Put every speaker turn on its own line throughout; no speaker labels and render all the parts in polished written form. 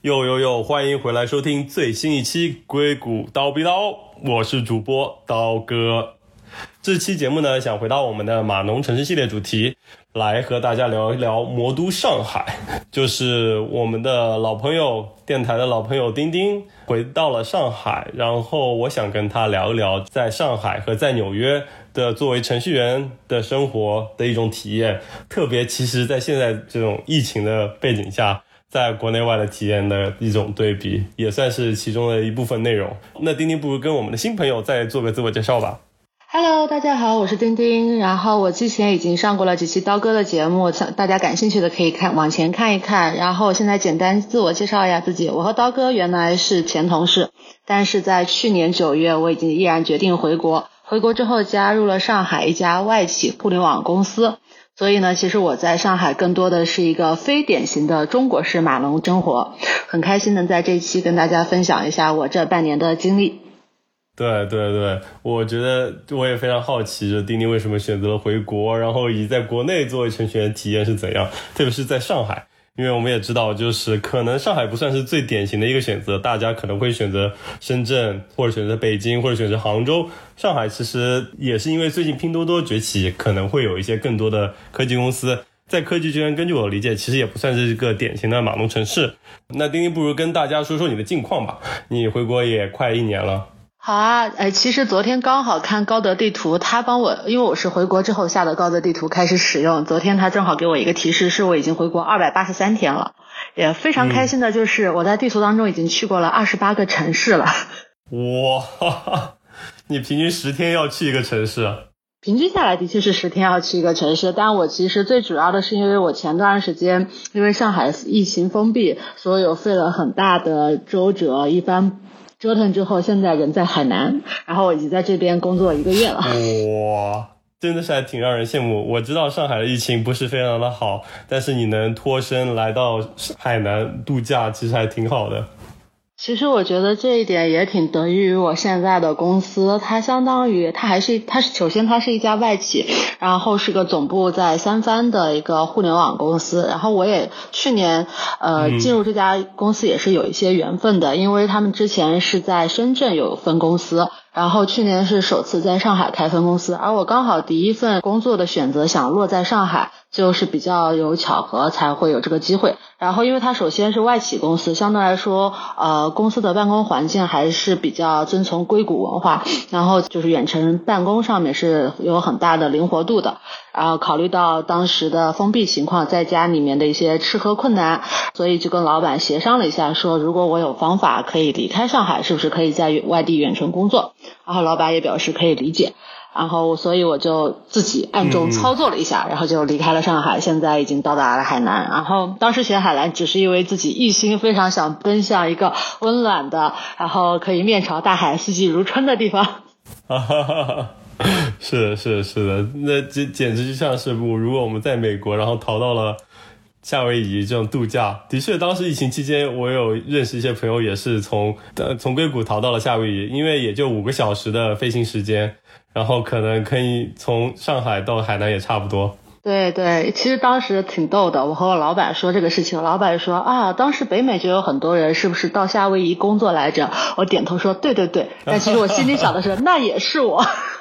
哟，欢迎回来收听最新一期硅谷刀逼刀，我是主播刀哥。这期节目呢，想回到我们的码农城市系列主题，来和大家聊一聊魔都上海。就是我们的老朋友，电台的老朋友丁丁回到了上海，然后我想跟他聊一聊在上海和在纽约的作为程序员的生活的一种体验，特别其实在现在这种疫情的背景下，在国内外的体验的一种对比，也算是其中的一部分内容。那丁丁不如跟我们的新朋友再做个自我介绍吧。
Hello， 大家好，我是丁丁。然后我之前已经上过了几期刀哥的节目，大家感兴趣的可以往前看一看。然后现在简单自我介绍一下自己，我和刀哥原来是前同事，但是在去年9月我已经毅然决定回国。回国之后加入了上海一家外企互联网公司。所以呢，其实我在上海更多的是一个非典型的中国式码农生活，很开心能在这一期跟大家分享一下我这半年的经历。
对，我觉得我也非常好奇，就丁丁为什么选择了回国，然后以在国内作为程序员体验是怎样，特别是在上海。因为我们也知道，就是可能上海不算是最典型的一个选择，大家可能会选择深圳，或者选择北京，或者选择杭州。上海其实也是因为最近拼多多崛起，可能会有一些更多的科技公司。在科技圈，根据我的理解，其实也不算是一个典型的码农城市。那丁丁不如跟大家说说你的近况吧，你回国也快1年了。
好啊，其实昨天刚好看高德地图，他帮我，因为我是回国之后下的高德地图开始使用，昨天他正好给我一个提示，是我已经回国283天了，也非常开心的就是我在地图当中已经去过了28个城市了。
哇，你平均10天要去一个城市啊？
平均下来的确是10天要去一个城市，但我其实最主要的是因为我前段时间因为上海疫情封闭，所以我费了很大的周折，一番折腾之后，现在人在海南，然后我已经在这边工作1个月了。
哇，真的是还挺让人羡慕。我知道上海的疫情不是非常的好，但是你能脱身来到海南度假，其实还挺好的。
其实我觉得这一点也挺得益于我现在的公司，它相当于首先它是一家外企，然后是个总部在三藩的一个互联网公司，然后我也去年进入这家公司也是有一些缘分的，因为他们之前是在深圳有分公司，然后去年是首次在上海开分公司，而我刚好第一份工作的选择想落在上海，就是比较有巧合才会有这个机会。然后因为它首先是外企公司，相对来说公司的办公环境还是比较遵从硅谷文化，然后就是远程办公上面是有很大的灵活度的，然后考虑到当时的封闭情况，在家里面的一些吃喝困难，所以就跟老板协商了一下，说如果我有方法可以离开上海，是不是可以在外地远程工作，然后老板也表示可以理解，然后所以我就自己暗中操作了一下，然后就离开了上海，现在已经到达了海南。然后当时选海南只是因为自己一心非常想奔向一个温暖的，然后可以面朝大海四季如春的地方。
是的，那简直就像是如果我们在美国然后逃到了夏威夷这种度假。的确当时疫情期间我有认识一些朋友也是从硅谷逃到了夏威夷，因为也就5个小时的飞行时间，然后可能可以从上海到海南也差不多。
对，其实当时挺逗的，我和我老板说这个事情，老板说啊，当时北美就有很多人是不是到夏威夷工作来着，我点头说对，但其实我心里想的是那也是我。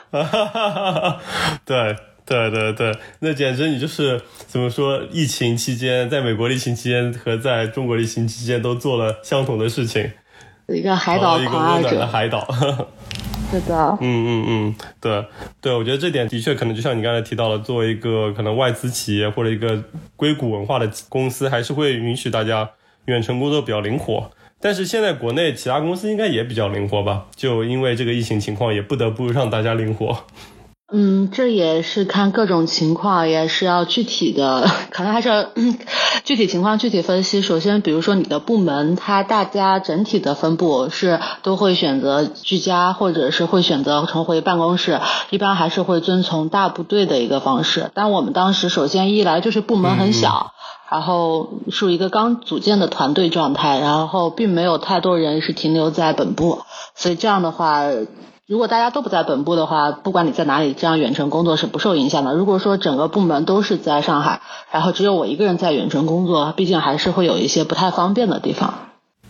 对，那简直你就是怎么说，疫情期间在美国疫情期间和在中国疫情期间都做了相同的事情，
一个海岛狂爱者，
一个温暖的海岛。
是的，
对，我觉得这点的确可能就像你刚才提到了，作为一个可能外资企业或者一个硅谷文化的公司，还是会允许大家远程工作比较灵活。但是现在国内其他公司应该也比较灵活吧，就因为这个疫情情况也不得不让大家灵活。
这也是看各种情况，也是要具体的，可能还是要具体情况具体分析。首先比如说你的部门，它大家整体的分布是都会选择居家，或者是会选择重回办公室，一般还是会遵从大部队的一个方式。但我们当时首先一来就是部门很小，然后属于一个刚组建的团队状态，然后并没有太多人是停留在本部，所以这样的话如果大家都不在本部的话，不管你在哪里，这样远程工作是不受影响的。如果说整个部门都是在上海，然后只有我一个人在远程工作，毕竟还是会有一些不太方便的地方。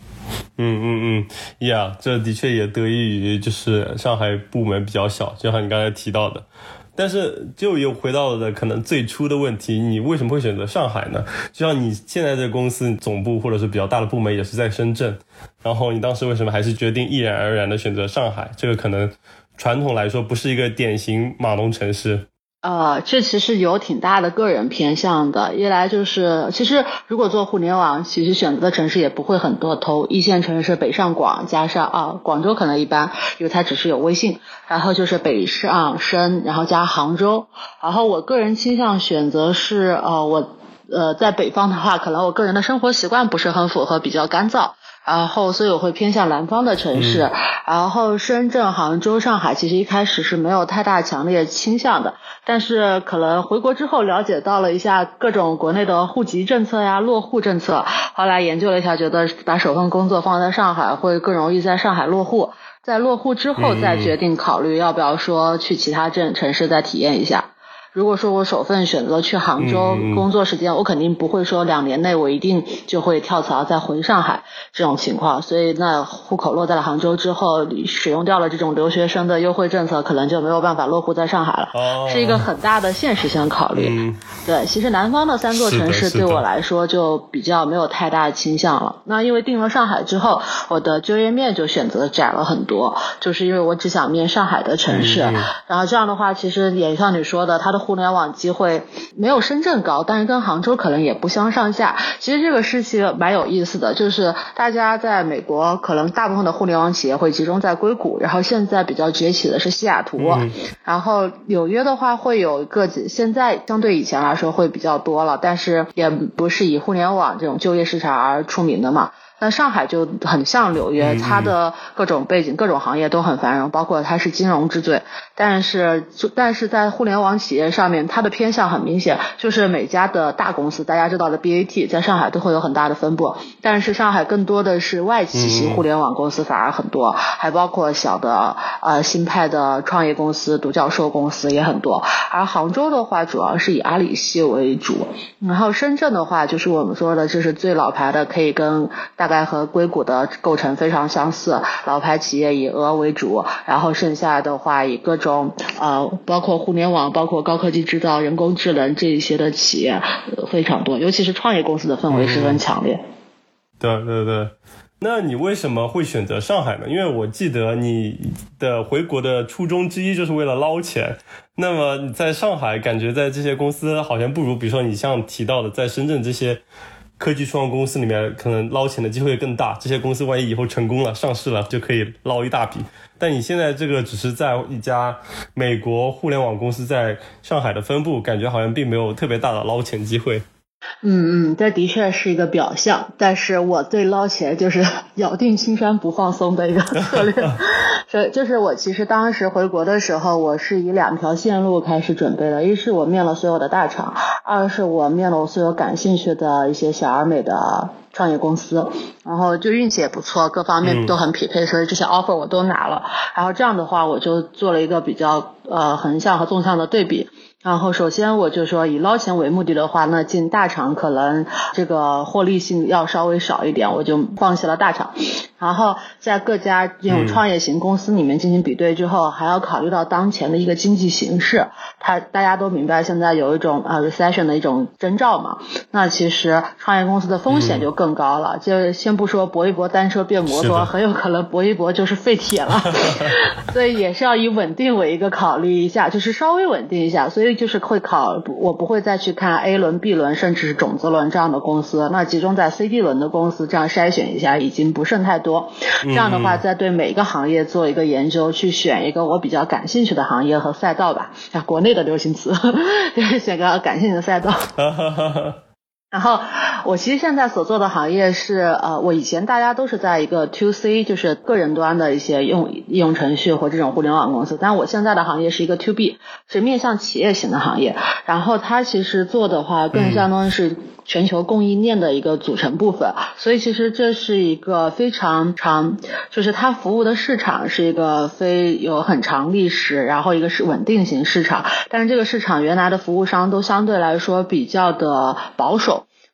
这的确也得益于就是上海部门比较小，就像你刚才提到的。但是就又回到了可能最初的问题，你为什么会选择上海呢？就像你现在这个公司总部或者是比较大的部门也是在深圳，然后你当时为什么还是决定毅然而然的选择上海？这个可能传统来说不是一个典型码农城市。
这其实有挺大的个人偏向的。一来就是，其实如果做互联网，其实选择的城市也不会很多，投一线城市北上广，加上广州可能一般，因为它只是有微信，然后就是北上深，然后加杭州。然后我个人倾向选择是在北方的话，可能我个人的生活习惯不是很符合，比较干燥。然后所以我会偏向南方的城市，然后深圳、杭州、上海其实一开始是没有太大强烈倾向的，但是可能回国之后了解到了一下各种国内的户籍政策呀、落户政策，后来研究了一下，觉得把首份工作放在上海会更容易在上海落户，在落户之后再决定考虑要不要说去其他城市再体验一下。如果说我首份选择去杭州工作时间，我肯定不会说2年内我一定就会跳槽再回上海这种情况，所以那户口落在了杭州之后，使用掉了这种留学生的优惠政策，可能就没有办法落户在上海了，是一个很大的现实性考虑。对，其实南方的3座城市对我来说就比较没有太大的倾向了。那因为定了上海之后，我的就业面就选择窄了很多，就是因为我只想面上海的城市，然后这样的话其实也像你说的，它的互联网机会没有深圳高，但是跟杭州可能也不相上下。其实这个事情蛮有意思的，就是大家在美国可能大部分的互联网企业会集中在硅谷，然后现在比较崛起的是西雅图，然后纽约的话会有现在相对以前来说会比较多了，但是也不是以互联网这种就业市场而出名的嘛。那上海就很像纽约，它的各种背景、各种行业都很繁荣，包括它是金融之最。但是在互联网企业上面，它的偏向很明显，就是每家的大公司，大家知道的 BAT 在上海都会有很大的分布，但是上海更多的是外企型互联网公司反而很多，还包括小的新派的创业公司、独角兽公司也很多。而杭州的话，主要是以阿里系为主，然后深圳的话，就是我们说的，就是最老牌的，可以跟大概和硅谷的构成非常相似，老牌企业以俄为主，然后剩下的话以各种包括互联网、包括高科技制造、人工智能这一些的企业非常多，尤其是创业公司的氛围十分强烈。
对对对。那你为什么会选择上海呢？因为我记得你的回国的初衷之一就是为了捞钱，那么你在上海感觉在这些公司好像不如比如说你像提到的在深圳这些科技创业公司里面可能捞钱的机会更大，这些公司万一以后成功了上市了就可以捞一大笔，但你现在这个只是在一家美国互联网公司在上海的分部，感觉好像并没有特别大的捞钱机会。
这的确是一个表象，但是我对捞钱就是咬定青山不放松的一个策略。就是我其实当时回国的时候，我是以2条线路开始准备的，一是我面了所有的大厂，二是我面了我所有感兴趣的一些小而美的创业公司，然后就运气也不错，各方面都很匹配，所以这些 offer 我都拿了。然后这样的话我就做了一个比较横向和纵向的对比。然后首先我就说以捞钱为目的的话，那进大厂可能这个获利性要稍微少一点，我就放弃了大厂。然后在各家这种创业型公司里面进行比对之后，还要考虑到当前的一个经济形势，大家都明白现在有一种recession 的一种征兆嘛，那其实创业公司的风险就更高了，就先不说搏一搏单车变摩托，很有可能搏一搏就是废铁了所以也是要以稳定为一个考虑一下，就是稍微稳定一下，所以就是我不会再去看 A 轮 B 轮甚至是种子轮这样的公司，那集中在 CD 轮的公司这样筛选一下已经不剩太多，这样的话再对每一个行业做一个研究，去选一个我比较感兴趣的行业和赛道吧，国内的流行词就是选个感兴趣的赛道然后我其实现在所做的行业是我以前大家都是在一个 2C 就是个人端的一些应用程序或这种互联网公司，但我现在的行业是一个 2B 是面向企业型的行业，然后它其实做的话更相当于是全球供应链的一个组成部分，所以其实这是一个非常长，就是它服务的市场是一个有很长历史，然后一个是稳定型市场，但是这个市场原来的服务商都相对来说比较的保守，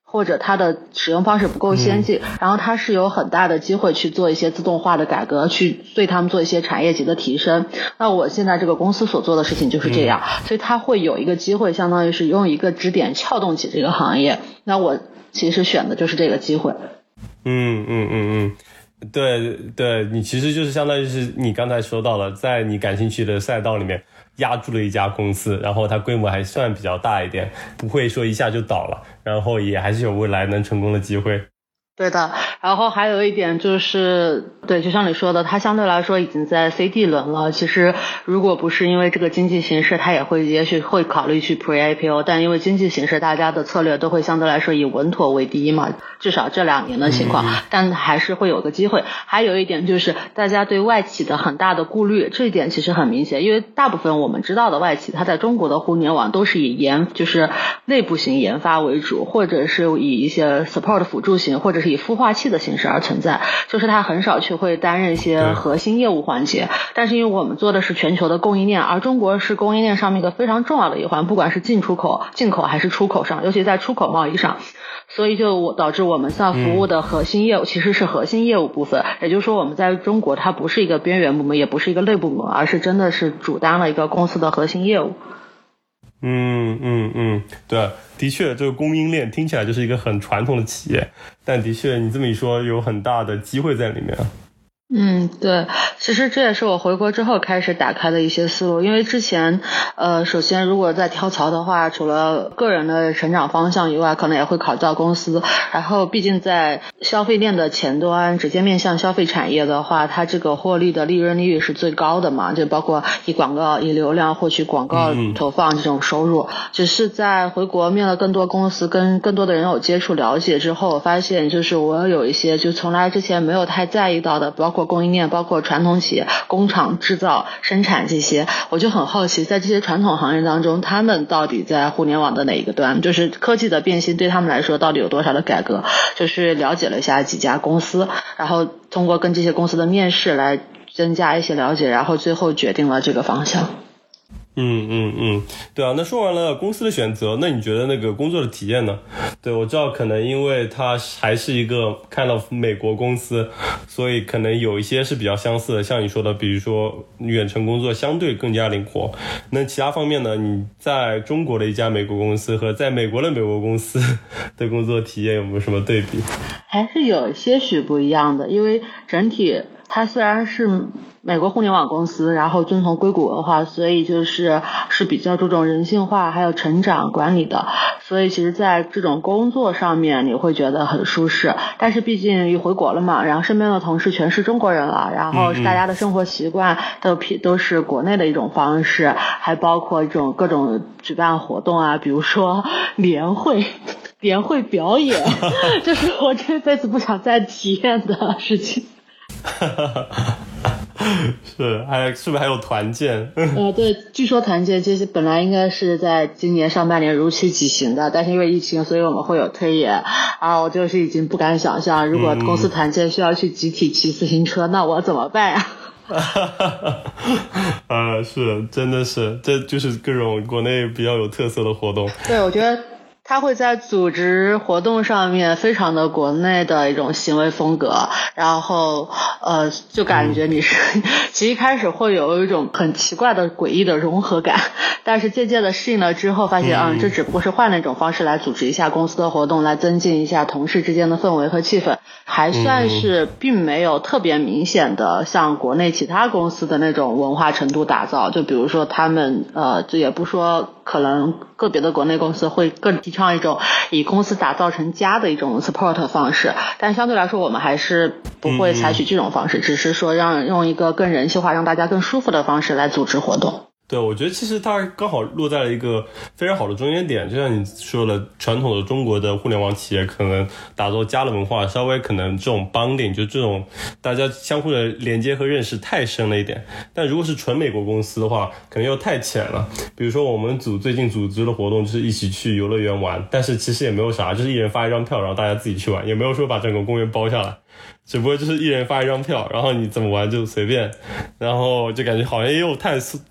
或者它的使用方式不够先进，然后它是有很大的机会去做一些自动化的改革，去对他们做一些产业级的提升。那我现在这个公司所做的事情就是这样，所以它会有一个机会，相当于是用一个支点撬动起这个行业。那我其实选的就是这个机会。
对，你其实就是相当于是你刚才说到了，在你感兴趣的赛道里面压住了一家公司，然后它规模还算比较大一点，不会说一下就倒了，然后也还是有未来能成功的机会。
对的，然后还有一点就是，对，就像你说的，它相对来说已经在 CD 轮了。其实如果不是因为这个经济形势，它也许会考虑去 Pre-IPO， 但因为经济形势，大家的策略都会相对来说以稳妥为第一嘛，至少这2年的情况，但还是会有个机会。还有一点就是大家对外企的很大的顾虑，这一点其实很明显，因为大部分我们知道的外企，它在中国的互联网都是以就是内部型研发为主，或者是以一些 support 辅助型，或者是以孵化器的形式而存在，就是它很少去会担任一些核心业务环节。但是因为我们做的是全球的供应链，而中国是供应链上面一个非常重要的一环，不管是进口还是出口上，尤其在出口贸易上，所以就导致我们像服务的核心业务其实是核心业务部分，也就是说我们在中国它不是一个边缘部门，也不是一个类部门，而是真的是主担了一个公司的核心业务。
对，的确这个供应链听起来就是一个很传统的企业，但的确你这么一说有很大的机会在里面。
对，其实这也是我回国之后开始打开的一些思路，因为之前首先如果在跳槽的话，除了个人的成长方向以外，可能也会考虑到公司，然后毕竟在消费链的前端直接面向消费产业的话，它这个获利的利润率是最高的嘛，就包括以广告以流量获取广告投放这种收入。只是在回国面了更多公司跟更多的人有接触了解之后，我发现就是我有一些就从来之前没有太在意到的，包括供应链，包括传统企业工厂制造生产这些，我就很好奇在这些传统行业当中，他们到底在互联网的哪一个端，就是科技的变新对他们来说到底有多少的改革，就是了解了一下几家公司，然后通过跟这些公司的面试来增加一些了解，然后最后决定了这个方向。
对啊，那说完了公司的选择，那你觉得那个工作的体验呢？对，我知道可能因为它还是一个kind of美国公司，所以可能有一些是比较相似的，像你说的，比如说远程工作相对更加灵活。那其他方面呢？你在中国的一家美国公司和在美国的美国公司的工作体验有没有什么对比？
还是有些许不一样的，因为整体它虽然是美国互联网公司，然后遵从硅谷文化，所以是比较注重人性化还有成长管理的，所以其实在这种工作上面你会觉得很舒适。但是毕竟一回国了嘛，然后身边的同事全是中国人了，然后大家的生活习惯都是国内的一种方式，还包括这种各种举办活动啊，比如说联会表演这是我这辈子不想再体验的事情。
是不是还有团建？
对，据说团建其实本来应该是在今年上半年如期举行的，但是因为疫情，所以我们会有推延。我就是已经不敢想象，如果公司团建需要去集体骑自行车，那我怎么办呀？
是，真的是，这就是各种国内比较有特色的活动。
对，我觉得他会在组织活动上面非常的国内的一种行为风格，然后就感觉你是其实一开始会有一种很奇怪的诡异的融合感，但是渐渐的适应了之后发现这只不过是换了一种方式来组织一下公司的活动，来增进一下同事之间的氛围和气氛，还算是并没有特别明显的像国内其他公司的那种文化程度打造。就比如说他们这也不说可能个别的国内公司会更提倡一种以公司打造成家的一种 support 方式，但相对来说我们还是不会采取这种方式，只是说用一个更人性化让大家更舒服的方式来组织活动。
对，我觉得其实它刚好落在了一个非常好的中间点，就像你说了，传统的中国的互联网企业可能打造家的文化，稍微可能这种 bonding 就这种大家相互的连接和认识太深了一点，但如果是纯美国公司的话，可能又太浅了。比如说我们最近组织的活动就是一起去游乐园玩，但是其实也没有啥，就是一人发一张票，然后大家自己去玩，也没有说把整个公园包下来，只不过就是一人发一张票，然后你怎么玩就随便，然后就感觉好像又太松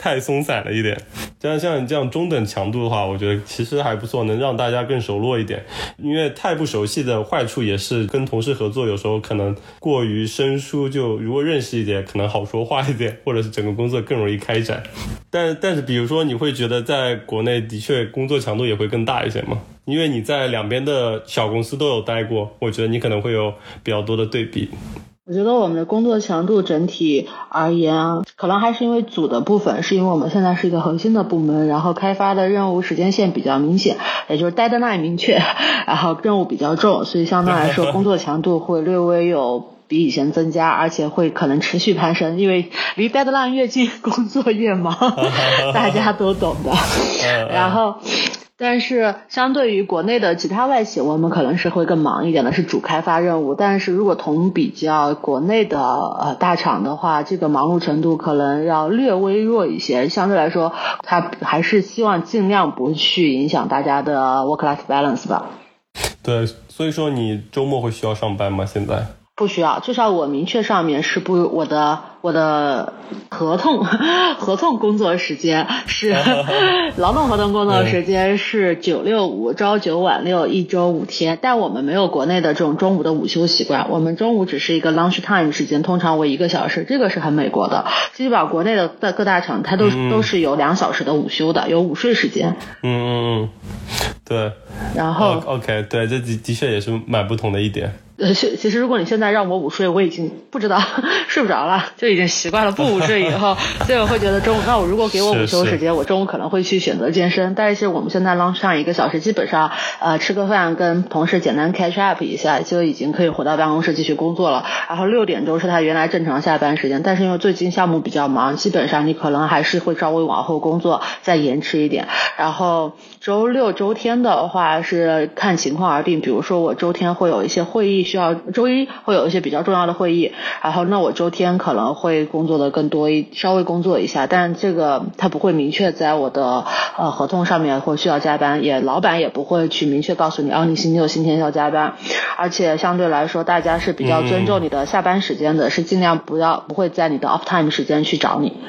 散了一点。像你这样中等强度的话，我觉得其实还不错，能让大家更熟络一点。因为太不熟悉的坏处也是跟同事合作有时候可能过于生疏，就如果认识一点可能好说话一点，或者是整个工作更容易开展。但是比如说你会觉得在国内的确工作强度也会更大一些吗？因为你在两边的小公司都有待过，我觉得你可能会有比较多的对比。
我觉得我们的工作强度整体而言，可能还是因为组的部分，是因为我们现在是一个核心的部门，然后开发的任务时间线比较明显，也就是 deadline 明确，然后任务比较重，所以相对来说工作强度会略微有比以前增加，而且会可能持续攀升，因为离 deadline 越近，工作越忙，大家都懂的。然后但是相对于国内的其他外企，我们可能是会更忙一点的，是主开发任务。但是如果同比较国内的大厂的话，这个忙碌程度可能要略微弱一些。相对来说，它还是希望尽量不去影响大家的 work-life balance 吧。
对，所以说你周末会需要上班吗？现在？
不需要，至少我明确上面是不，我的合同工作时间是劳动合同工作时间是965，朝9晚6，一周5天。但我们没有国内的这种中午的午休习惯，我们中午只是一个 lunch time 时间，通常为1个小时，这个是很美国的。基本上国内的各大厂它都是有2小时的午休的，有午睡时间。
对。
然后
OK， 对，这的确也是蛮不同的一点。
其实如果你现在让我午睡，我已经不知道睡不着了，就已经习惯了不午睡以后，所以我会觉得中午，那我如果给我午休时间，我中午可能会去选择健身。但是我们现在 lunch 上1个小时，基本上吃个饭跟同事简单 catch up 一下，就已经可以回到办公室继续工作了。然后6点钟是他原来正常下班时间，但是因为最近项目比较忙，基本上你可能还是会稍微往后工作，再延迟一点。然后周六周天的话是看情况而定，比如说我周天会有一些会议，周一会有一些比较重要的会议，然后那我周天可能会工作的更多稍微工作一下，但这个它不会明确在我的合同上面会需要加班，老板也不会去明确告诉你你星期六星期天要加班，而且相对来说大家是比较尊重你的下班时间的，是尽量不会在你的 off time 时间去找你。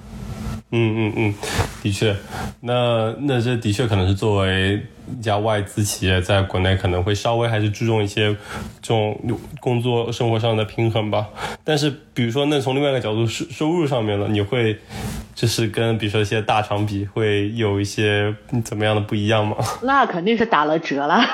的确，那这的确可能是作为一家外资企业在国内可能会稍微还是注重一些这种工作生活上的平衡吧。但是比如说那从另外一个角度收入上面呢，你会就是跟比如说一些大厂比会有一些怎么样的不一样吗？
那肯定是打了折了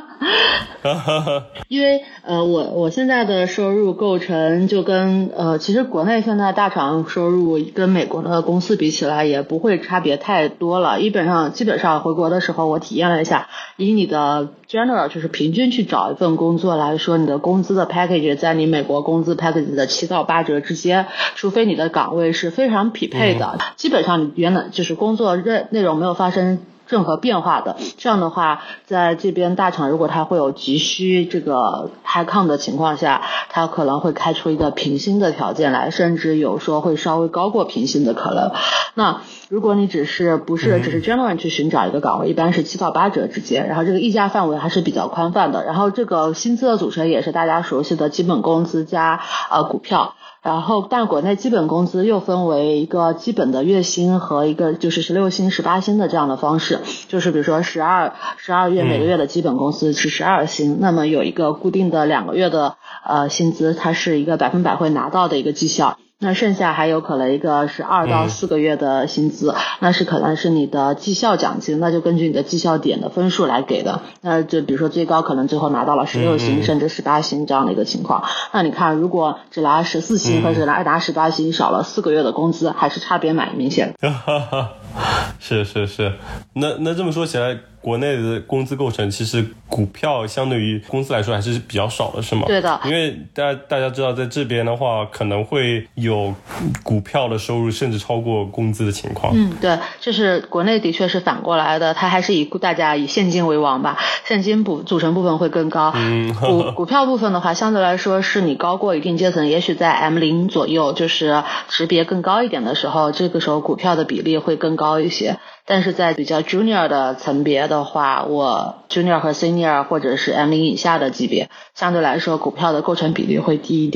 因为我现在的收入构成就跟其实国内现在大厂收入跟美国的公司比起来也不会差别太多了。基本上回国的时候我体验了一下，以你的 general 就是平均去找一份工作来说，你的工资的 package 在你美国工资 package 的7到8折之间，除非你的岗位是非常匹配的，基本上你原来就是工作内容没有发生任何变化的。这样的话，在这边大厂如果它会有急需这个 high count 的情况下，它可能会开出一个平薪的条件来，甚至有说会稍微高过平薪的可能。那如果你只是 general 去寻找一个岗位，一般是7到8折之间，然后这个议价范围还是比较宽泛的。然后这个薪资的组成也是大家熟悉的基本工资加股票。然后但国内基本工资又分为一个基本的月薪和一个就是16薪18薪的这样的方式，就是比如说12月每个月的基本工资是12薪，那么有一个固定的2个月的薪资，它是一个100%会拿到的一个绩效。那剩下还有可能一个是2到4个月的薪资，那是可能是你的绩效奖金，那就根据你的绩效点的分数来给的。那就比如说最高可能最后拿到了16薪甚至18薪这样的一个情况。那你看如果只拿14薪和只拿18薪，少了4个月的工资，还是差别蛮明显的。
是，那这么说起来，国内的工资构成其实股票相对于公司来说还是比较少的，是吗？
对的，
因为大家知道在这边的话可能会有股票的收入甚至超过工资的情况。
对，就是国内的确是反过来的，它还是大家以现金为王吧，现金组成部分会更高。股票部分的话相对来说是你高过一定阶层，也许在 M0 左右，就是级别更高一点的时候，这个时候股票的比例会更高一些。但是在比较 junior 的层别的话，我 junior 和 senior 或者是 M0 以下的级别，相对来说股票的构成比例会低一点。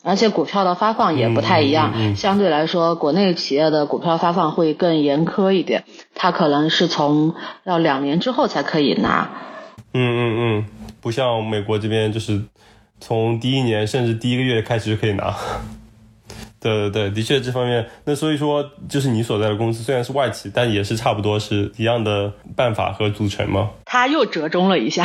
而且股票的发放也不太一样，相对来说国内企业的股票发放会更严苛一点，它可能是从要2年之后才可以拿。
不像美国这边就是从第1年甚至第1个月开始就可以拿。对，的确这方面，那所以说就是你所在的公司虽然是外企，但也是差不多是一样的办法和组成吗？
它又折中了一下。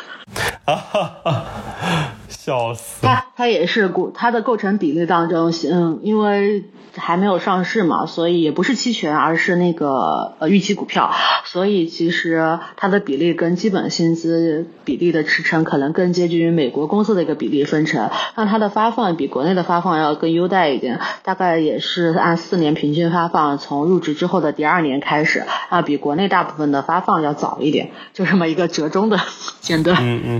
笑死！
它也是它的构成比例当中，因为还没有上市嘛，所以也不是期权，而是那个预期股票，所以其实它的比例跟基本薪资比例的支撑可能更接近于美国公司的一个比例分成。那它的发放比国内的发放要更优待一点，大概也是按4年平均发放，从入职之后的第2年开始，比国内大部分的发放要早一点，就这么一个折中的阶段。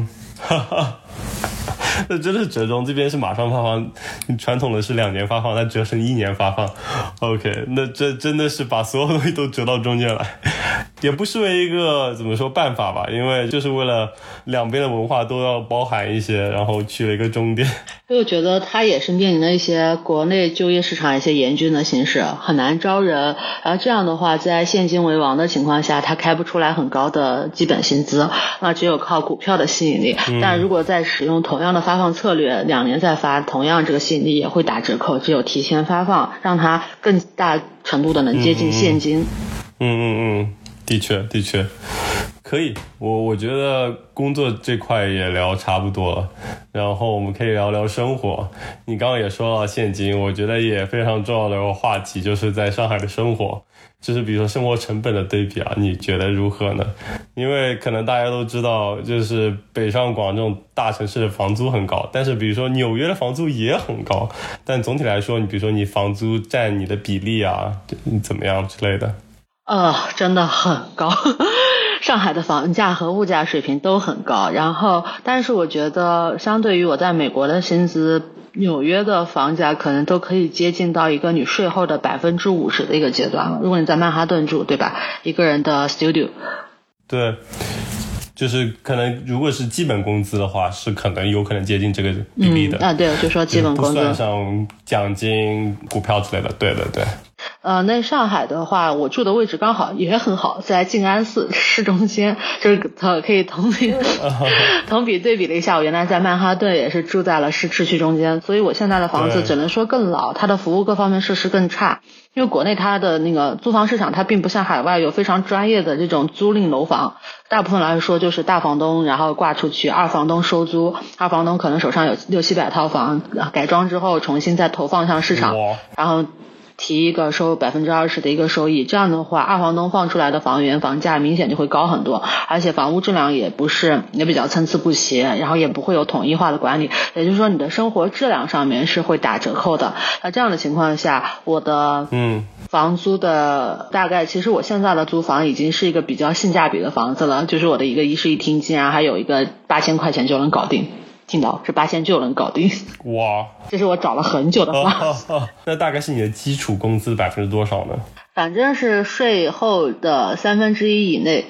那真的是折中，这边是马上发放，传统的是2年发放，但折成1年发放。OK， 那这真的是把所有东西都折到中间来，也不失为一个怎么说办法吧，因为就是为了两边的文化都要包含一些，然后取了一个中点。
所以我觉得它也是面临了一些国内就业市场一些严峻的形势，很难招人，然后这样的话在现金为王的情况下，它开不出来很高的基本薪资，那只有靠股票的吸引力。但如果再使用同样的发放策略，2年再发，同样这个吸引力也会打折扣，只有提前发放让它更大程度的能接近现金。
的确可以，我觉得工作这块也聊差不多了，然后我们可以聊聊生活。你刚刚也说到现金，我觉得也非常重要的一个话题，就是在上海的生活，就是比如说生活成本的对比啊，你觉得如何呢？因为可能大家都知道，就是北上广这种大城市的房租很高，但是比如说纽约的房租也很高，但总体来说，你比如说你房租占你的比例啊，怎么样之类的？
真的很高。上海的房价和物价水平都很高，但是我觉得相对于我在美国的薪资，纽约的房价可能都可以接近到一个你税后的50%的一个阶段了。如果你在曼哈顿住，对吧？一个人的 studio。
对，就是可能如果是基本工资的话，是可能有可能接近这个比例的。
对，就说基本工资，
不算上奖金、股票之类的。对。
那上海的话，我住的位置刚好也很好，在静安寺市中间，就是可以同比对比了一下，我原来在曼哈顿也是住在了市区中间，所以我现在的房子只能说更老，它的服务各方面设施更差。因为国内它的那个租房市场，它并不像海外有非常专业的这种租赁楼房，大部分来说就是大房东然后挂出去，二房东收租，二房东可能手上有600-700套房，改装之后重新再投放向市场，然后提一个收20%的一个收益，这样的话二房东放出来的房源房价明显就会高很多，而且房屋质量也比较参差不齐，然后也不会有统一化的管理，也就是说你的生活质量上面是会打折扣的。那这样的情况下，我的房租的大概，其实我现在的租房已经是一个比较性价比的房子了，就是我的一个1室1厅竟然还有一个8000块钱就能搞定。听到是8000就能搞定，
哇！
这是我找了很久的房。
那大概是你的基础工资多少呢？
反正是税后的1/3以内。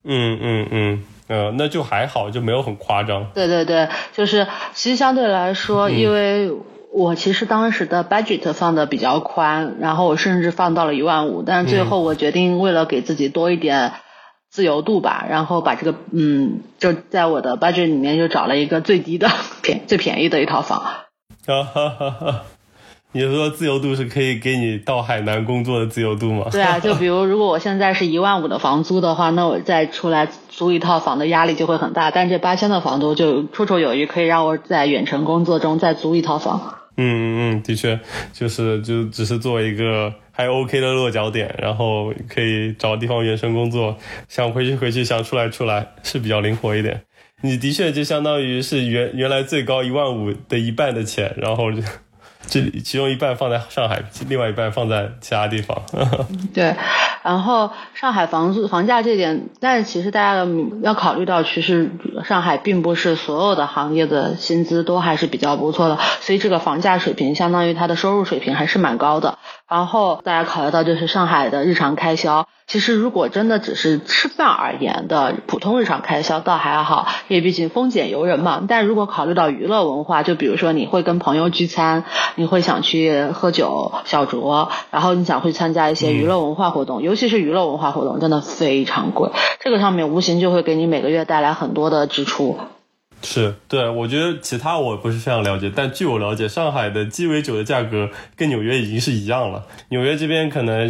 那就还好，就没有很夸张。
对，就是其实相对来说，因为我其实当时的 budget 放的比较宽，然后我甚至放到了15000，但是最后我决定为了给自己多一点自由度吧，然后把这个就在我的 budget 里面就找了一个最低的最便宜的一套房。
你说自由度是可以给你到海南工作的自由度吗？
对啊，就比如如果我现在是15000的房租的话，那我再出来租一套房的压力就会很大，但这8000的房租就绰绰有余，可以让我在远程工作中再租一套房。
的确，就只是作为一个还 OK 的落脚点，然后可以找地方远程工作，想回去，想出来是比较灵活一点。你的确就相当于是原来最高15000的一半的钱，然后这其中一半放在上海，另外一半放在其他地方。
对，然后上海房价这点，但是其实大家要考虑到，其实上海并不是所有的行业的薪资都还是比较不错的，所以这个房价水平相当于它的收入水平还是蛮高的。 然后大家考虑到就是上海的日常开销，其实如果真的只是吃饭而言的普通日常开销倒还好，因为毕竟丰俭由人嘛。但如果考虑到娱乐文化，就比如说你会跟朋友聚餐，你会想去喝酒小酌，然后你想去参加一些娱乐文化活动，尤其是娱乐文化活动真的非常贵，这个上面无形就会给你每个月带来很多的支出。
是，对，我觉得其他我不是非常了解，但据我了解，上海的鸡尾酒的价格跟纽约已经是一样了。纽约这边可能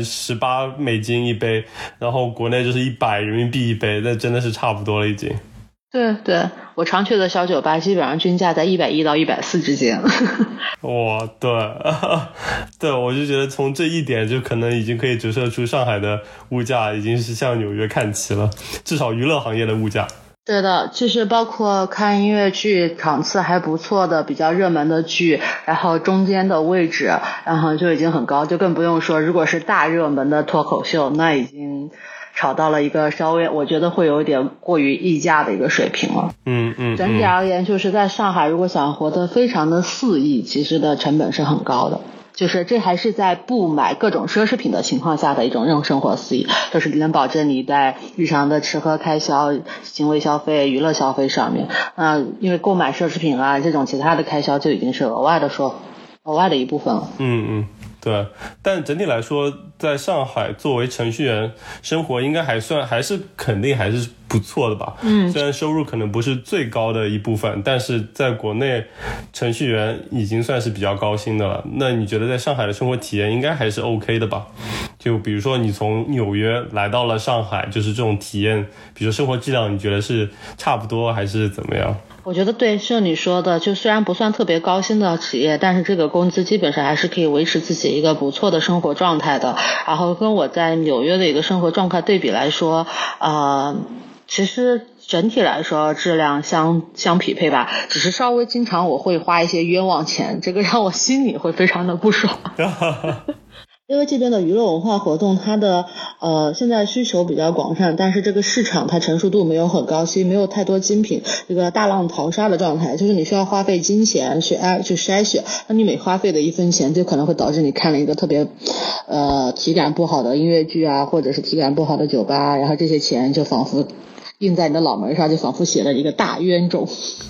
$18一杯，然后国内就是100人民币一杯，那真的是差不多了已经。
对对，我常去的小酒吧基本上均价在110到140之间。
哇，对，对，我就觉得从这一点就可能已经可以折射出上海的物价已经是向纽约看齐了，至少娱乐行业的物价。
对的，就是包括看音乐剧，场次还不错的比较热门的剧，然后中间的位置，然后就已经很高，就更不用说如果是大热门的脱口秀，那已经炒到了一个稍微我觉得会有点过于溢价的一个水平了。整体而言，就是在上海如果想活得非常的肆意，其实的成本是很高的。就是这还是在不买各种奢侈品的情况下的一种生活肆意，就是能保证你在日常的吃喝开销、行为消费、娱乐消费上面，因为购买奢侈品啊这种其他的开销就已经是额外的一部分了。
对，但整体来说，在上海作为程序员生活应该肯定还是不错的吧。虽然收入可能不是最高的一部分，但是在国内程序员已经算是比较高薪的了。那你觉得在上海的生活体验应该还是 OK 的吧？就比如说你从纽约来到了上海，就是这种体验，比如说生活质量，你觉得是差不多还是怎么样？
我觉得对，是你说的，就虽然不算特别高薪的企业，但是这个工资基本上还是可以维持自己一个不错的生活状态的。然后跟我在纽约的一个生活状态对比来说，其实整体来说质量相匹配吧，只是稍微经常我会花一些冤枉钱，这个让我心里会非常的不爽。因为这边的娱乐文化活动它的现在需求比较广泛，但是这个市场它成熟度没有很高，所以没有太多精品，这个大浪淘沙的状态，就是你需要花费金钱去筛选，那你每花费的1分钱就可能会导致你看了一个特别体感不好的音乐剧啊，或者是体感不好的酒吧，然后这些钱就仿佛印在你的脑门上，就仿佛写了一个大冤种。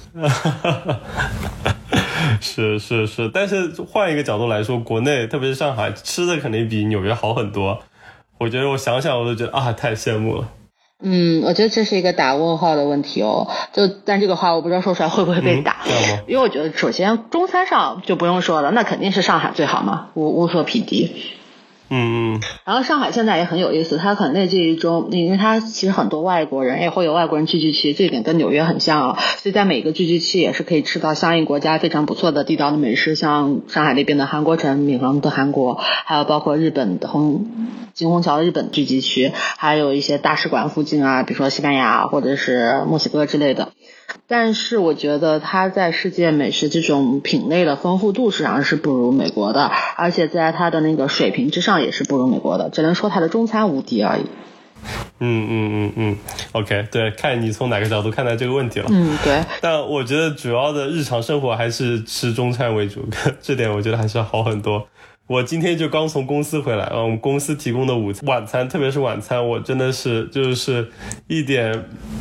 是，但是换一个角度来说，国内特别是上海吃的肯定比纽约好很多，我觉得我想想我都觉得太羡慕了。
我觉得这是一个打问号的问题哦。但这个话我不知道说出来会不会被打，因为我觉得首先中餐上就不用说了，那肯定是上海最好嘛，无所匹敌。然后上海现在也很有意思，它可能内聚中，因为它其实很多外国人也会有外国人聚居区，这一点跟纽约很像啊，所以在每个聚居区也是可以吃到相应国家非常不错的地道的美食，像上海那边的韩国城、闵行的韩国，还有包括日本的金虹桥的日本聚集区，还有一些大使馆附近啊，比如说西班牙或者是墨西哥之类的。但是我觉得它在世界美食这种品类的丰富度上是不如美国的，而且在它的那个水平之上也是不如美国的，只能说它的中餐无敌而已。
OK， 对，看你从哪个角度看待这个问题了。
对。
但我觉得主要的日常生活还是吃中餐为主，这点我觉得还是好很多。我今天就刚从公司回来，我们公司提供的晚餐，特别是晚餐，我真的是就是一点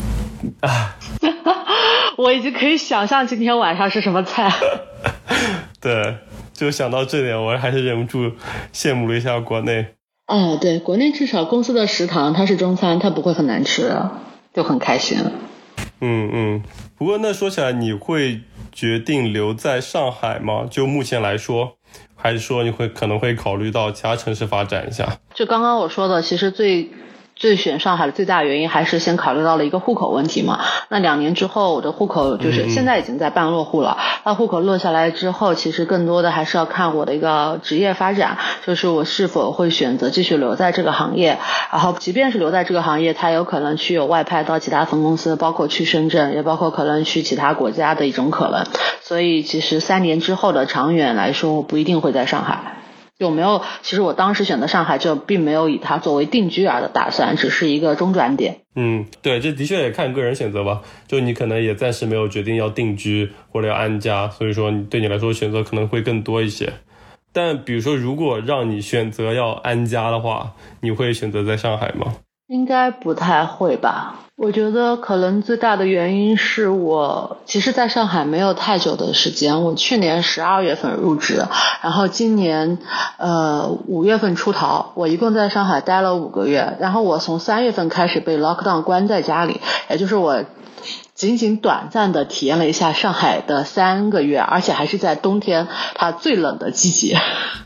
我已经可以想象今天晚上是什么菜。
对，就想到这点，我还是忍不住羡慕了一下国内。
对，国内至少公司的食堂它是中餐，它不会很难吃，就很开心。
不过那说起来，你会决定留在上海吗？就目前来说，还是说你可能会考虑到其他城市发展一下？就
刚刚我说的，其实最选上海的最大原因还是先考虑到了一个户口问题嘛。那2年之后我的户口就是现在已经在办落户了，那户口落下来之后，其实更多的还是要看我的一个职业发展，就是我是否会选择继续留在这个行业，然后即便是留在这个行业，它有可能去有外派到其他分公司，包括去深圳，也包括可能去其他国家的一种可能。所以其实3年之后的长远来说，我不一定会在上海。其实我当时选择上海就并没有以它作为定居的打算，只是一个中转点。
对，这的确也看个人选择吧，就你可能也暂时没有决定要定居或者要安家，所以说对你来说选择可能会更多一些。 但比如说如果让你选择要安家的话，你会选择在上海吗？
应该不太会吧。我觉得可能最大的原因是我其实在上海没有太久的时间，我去年12月份入职，然后今年5月份出逃，我一共在上海待了5个月，然后我从3月份开始被 lockdown 关在家里，也就是我仅仅短暂的体验了一下上海的3个月，而且还是在冬天它最冷的季节。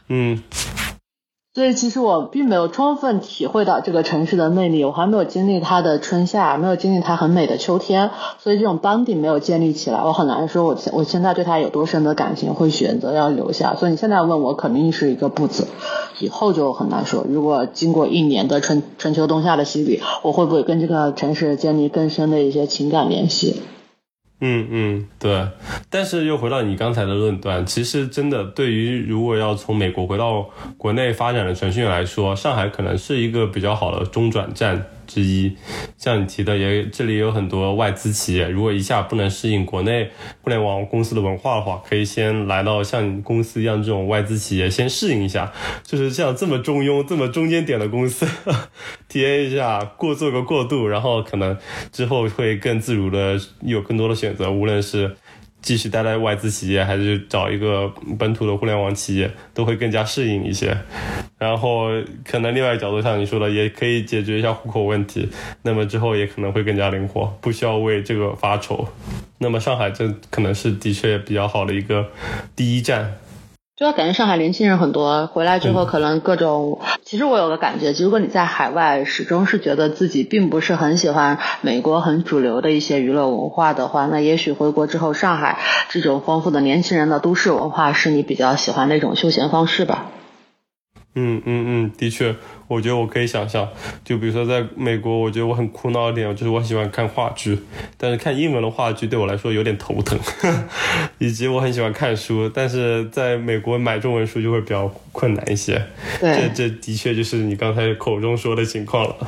所以其实我并没有充分体会到这个城市的魅力，我还没有经历它的春夏，没有经历它很美的秋天，所以这种 bonding 没有建立起来，我很难说我现在对它有多深的感情，会选择要留下。所以你现在问我肯定是一个不字，以后就很难说。如果经过1年的春秋冬夏的洗礼，我会不会跟这个城市建立更深的一些情感联系？
对。但是又回到你刚才的论断，其实真的对于如果要从美国回到国内发展的程序员来说，上海可能是一个比较好的中转站之一。像你提的这里有很多外资企业，如果一下不能适应国内互联网公司的文化的话，可以先来到像你公司一样这种外资企业先适应一下，就是像这么中庸这么中间点的公司体验一下，做个过渡，然后可能之后会更自如的有更多的选择，无论是继续待在外资企业还是找一个本土的互联网企业，都会更加适应一些。然后可能另外一个角度上你说的也可以解决一下户口问题，那么之后也可能会更加灵活，不需要为这个发愁。那么上海这可能是的确比较好的一个第一站。
就我感觉上海年轻人很多，回来之后可能各种其实我有个感觉，如果你在海外始终是觉得自己并不是很喜欢美国很主流的一些娱乐文化的话，那也许回国之后上海这种丰富的年轻人的都市文化是你比较喜欢的一种休闲方式吧。
的确，我觉得我可以想象，就比如说在美国，我觉得我很苦恼一点，就是我很喜欢看话剧，但是看英文的话剧对我来说有点头疼以及我很喜欢看书，但是在美国买中文书就会比较困难一些。
对，
这的确就是你刚才口中说的情况了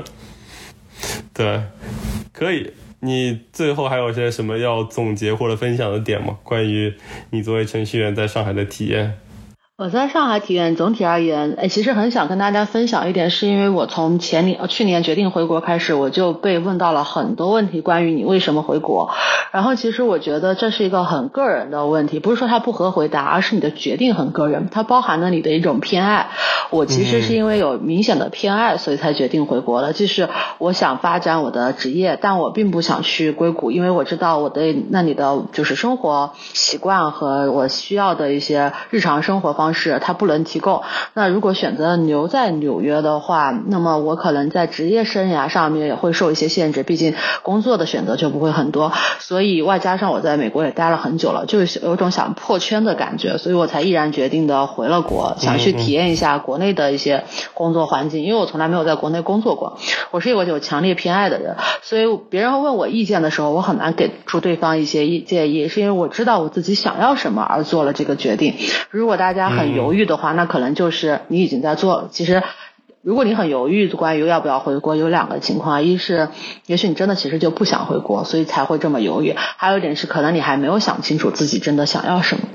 对，可以。你最后还有些什么要总结或者分享的点吗？关于你作为程序员在上海的体验？
我在上海体验总体而言，其实很想跟大家分享一点，是因为我从去年决定回国开始，我就被问到了很多问题，关于你为什么回国。然后其实我觉得这是一个很个人的问题，不是说它不合回答，而是你的决定很个人，它包含了你的一种偏爱。我其实是因为有明显的偏爱，所以才决定回国了。就是我想发展我的职业，但我并不想去硅谷，因为我知道我对那里的就是生活习惯和我需要的一些日常生活方式它不能提供。那如果选择留在纽约的话，那么我可能在职业生涯上面也会受一些限制，毕竟工作的选择就不会很多。所以外加上我在美国也待了很久了，就有种想破圈的感觉，所以我才毅然决定的回了国，想去体验一下国内的一些工作环境，因为我从来没有在国内工作过，我是一个有强烈偏爱的人，所以别人问我意见的时候，我很难给出对方一些建议，是因为我知道我自己想要什么而做了这个决定。如果大家很犹豫的话，那可能就是你已经在做了。其实如果你很犹豫关于要不要回国，有2个情况，一是也许你真的其实就不想回国，所以才会这么犹豫，还有一点是可能你还没有想清楚自己真的想要什么。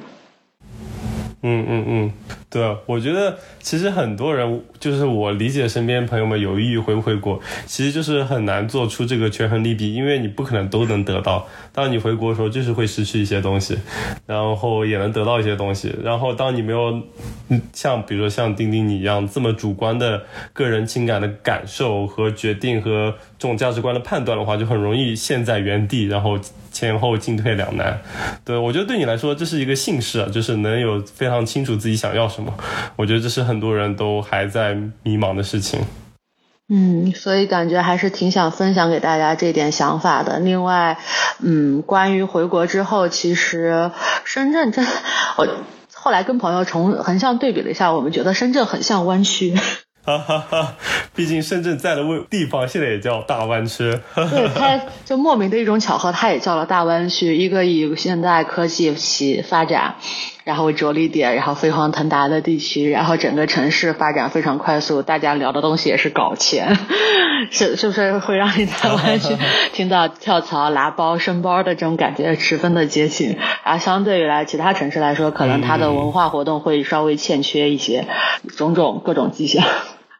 对，我觉得其实很多人就是我理解身边朋友们犹豫回不回国，其实就是很难做出这个权衡利弊，因为你不可能都能得到。当你回国的时候就是会失去一些东西，然后也能得到一些东西，然后当你没有比如说像丁丁你一样这么主观的个人情感的感受和决定和这种价值观的判断的话，就很容易陷在原地，然后前后进退两难。对，我觉得对你来说这是一个幸事啊，就是能有非常清楚自己想要什么，我觉得这是很多人都还在迷茫的事情。
所以感觉还是挺想分享给大家这点想法的。另外关于回国之后，其实深圳我后来跟朋友横向对比了一下，我们觉得深圳很像湾区
毕竟深圳在的地方现在也叫大湾区
对，它就莫名的一种巧合，它也叫了大湾区，一个以现代科技起发展然后为着力点，然后飞黄腾达的地区，然后整个城市发展非常快速，大家聊的东西也是搞钱是不是会让你在湾区听到跳槽、拿包、升包的这种感觉十分的接近？然后相对于其他城市来说，可能它的文化活动会稍微欠缺一些，各种迹象。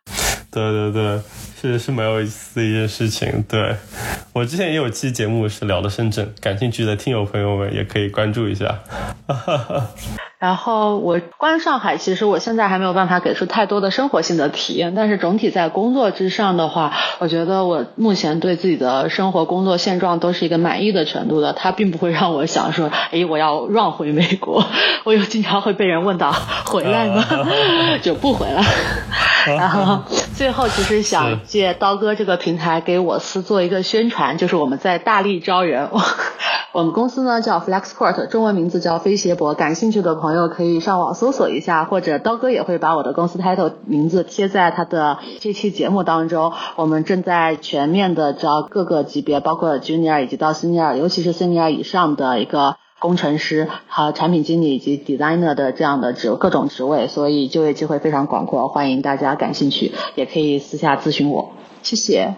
对，是蛮有意思的一件事情。对，我之前也有期节目是聊的深圳，感兴趣的听友朋友们也可以关注一下。
然后关于上海，其实我现在还没有办法给出太多的生活性的体验，但是总体在工作之上的话，我觉得我目前对自己的生活工作现状都是一个满意的程度的，它并不会让我想说我要run回美国，我又经常会被人问到回来吗？就不回来。然后最后其实想借刀哥这个平台给我司做一个宣传，就是我们在大力招人。我们公司呢叫 Flexport， 中文名字叫飞携博，感兴趣的朋友可以上网搜索一下，或者刀哥也会把我的公司 title 名字贴在他的这期节目当中。我们正在全面的招各个级别，包括 Junior 以及到 Senior， 尤其是 Senior 以上的一个工程师和产品经理以及 Designer 的这样的各种职位，所以就业机会非常广阔，欢迎大家感兴趣也可以私下咨询我，谢谢。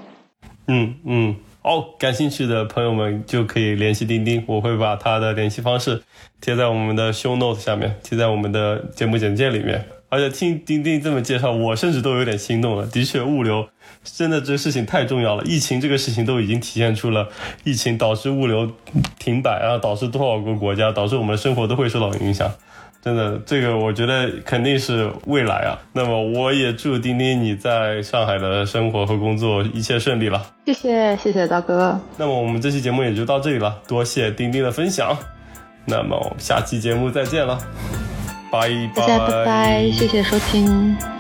感兴趣的朋友们就可以联系钉钉，我会把他的联系方式贴在我们的 show note 下面，贴在我们的节目简介里面。而且听钉钉这么介绍，我甚至都有点心动了。的确，物流真的这个事情太重要了，疫情这个事情都已经体现出了疫情导致物流停摆，然后导致多少个国家，导致我们的生活都会受到影响。真的，这个我觉得肯定是未来啊。那么我也祝钉钉你在上海的生活和工作一切顺利了。谢
谢刀哥。
那么我们这期节目也就到这里了，多谢钉钉的分享。那么我们下期节目再见了，拜拜。
大家拜拜，谢谢收听。